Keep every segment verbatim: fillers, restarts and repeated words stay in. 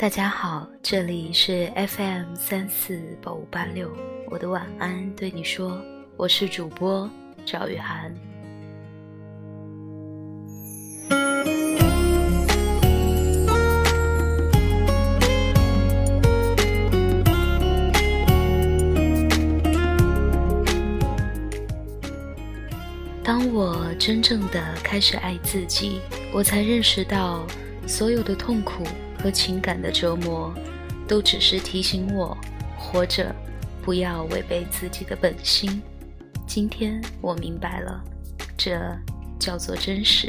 大家好，这里是 F M 三四八五八六，我的晚安对你说，我是主播赵雨涵。当我真正的开始爱自己，我才认识到所有的痛苦和情感的折磨都只是提醒我活着不要违背自己的本心。今天我明白了，这叫做真实。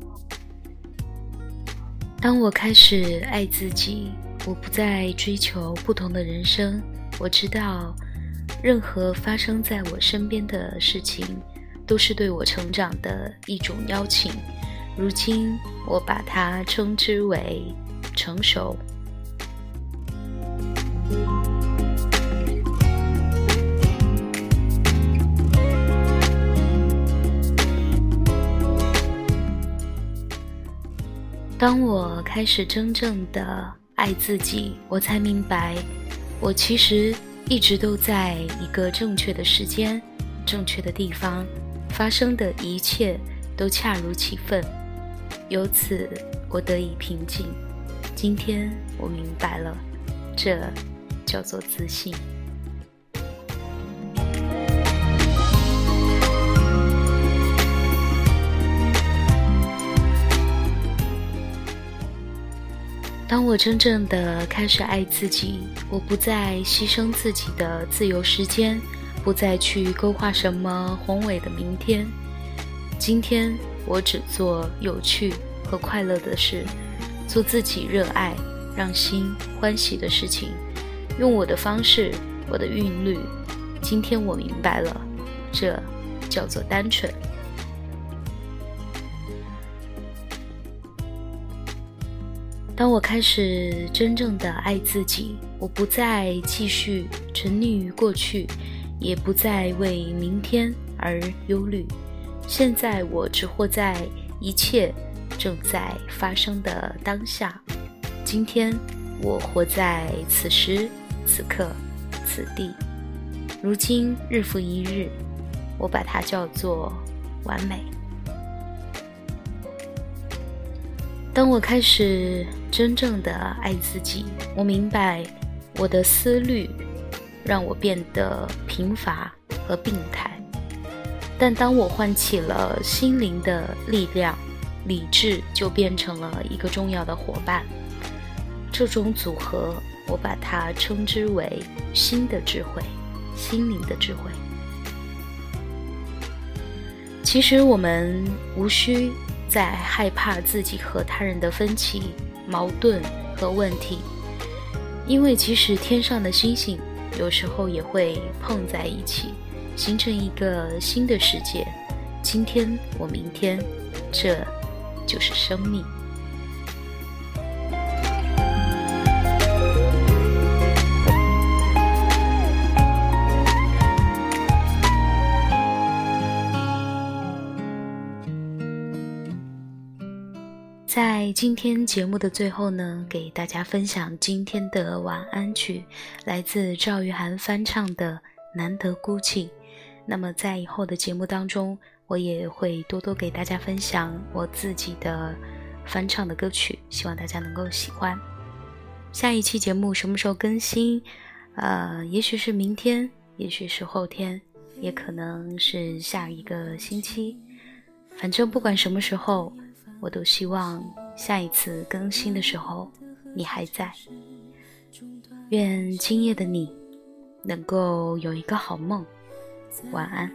当我开始爱自己，我不再追求不同的人生，我知道任何发生在我身边的事情都是对我成长的一种邀请，如今我把它称之为成熟。当我开始真正的爱自己，我才明白，我其实一直都在一个正确的时间、正确的地方，发生的一切都恰如其分，由此我得以平静。今天我明白了，这叫做自信。当我真正的开始爱自己，我不再牺牲自己的自由时间，不再去勾画什么宏伟的明天。今天我只做有趣和快乐的事，做自己热爱让心欢喜的事情，用我的方式，我的韵律。今天我明白了，这叫做单纯。当我开始真正的爱自己，我不再继续沉溺于过去，也不再为明天而忧虑。现在我只活在一切正在发生的当下。今天我活在此时此刻此地，如今日复一日，我把它叫做完美。当我开始真正的爱自己，我明白我的思虑让我变得贫乏和病态，但当我唤起了心灵的力量，理智就变成了一个重要的伙伴。这种组合，我把它称之为心的智慧，心灵的智慧。其实我们无需再害怕自己和他人的分歧、矛盾和问题，因为即使天上的星星有时候也会碰在一起，形成一个新的世界。今天我明天，这就是生命。在今天节目的最后呢，给大家分享今天的晚安曲，来自赵玉涵翻唱的难得孤寂。那么在以后的节目当中，我也会多多给大家分享我自己的翻唱的歌曲，希望大家能够喜欢。下一期节目什么时候更新？呃，也许是明天，也许是后天，也可能是下一个星期。反正不管什么时候，我都希望下一次更新的时候你还在。愿今夜的你能够有一个好梦，晚安。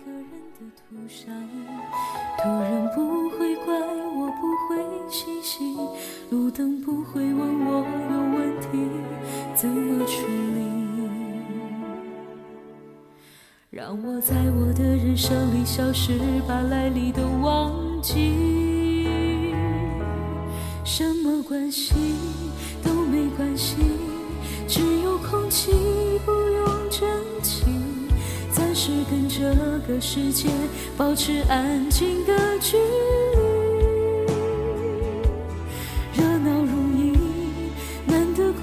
途人不会怪我，不会细细，路灯不会问我有问题怎么处理，让我在我的人生里消失，把来历都忘记。什么关系都没关系，只有空气不用真情，暂时跟这个世界保持安静的距离。热闹如意，难得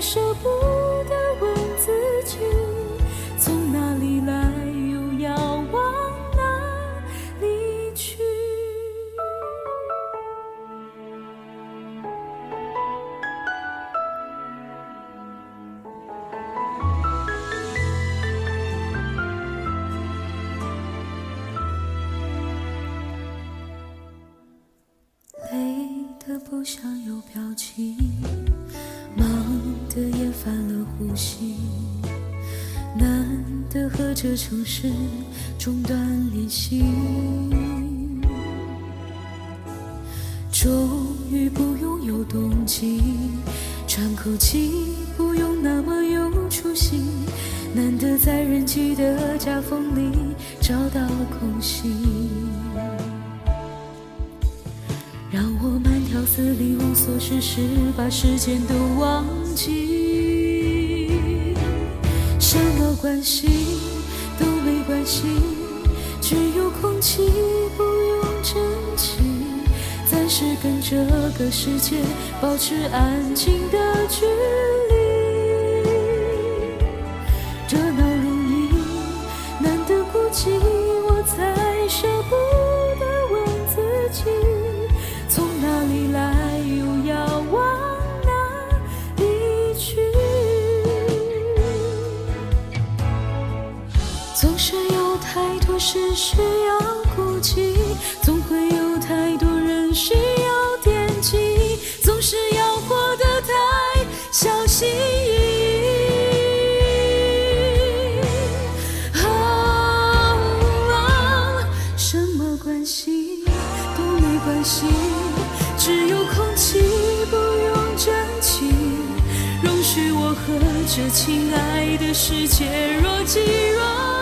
舍不得问自己，从哪里来又要往哪里去。累得不想有表情，忙得也烦了呼吸，难得和这城市中断联系，终于不用有动机，喘口气不用那么有出息，难得在人际的夹缝里找到空隙，让我慢条斯理无所事事，把时间都忘记。什么关系都没关系，只有空气不用珍惜，暂时跟这个世界保持安静的距离。热闹如意，难得孤寂，我才舍不得问自己，从哪里来又要往哪里去。总是有太多事需要顾忌，总会有太多人需要惦记，总是要活得太小心翼翼。啊啊，什么关系都没关系，只有空气不用争气，容许我和这亲爱的世界若即若离。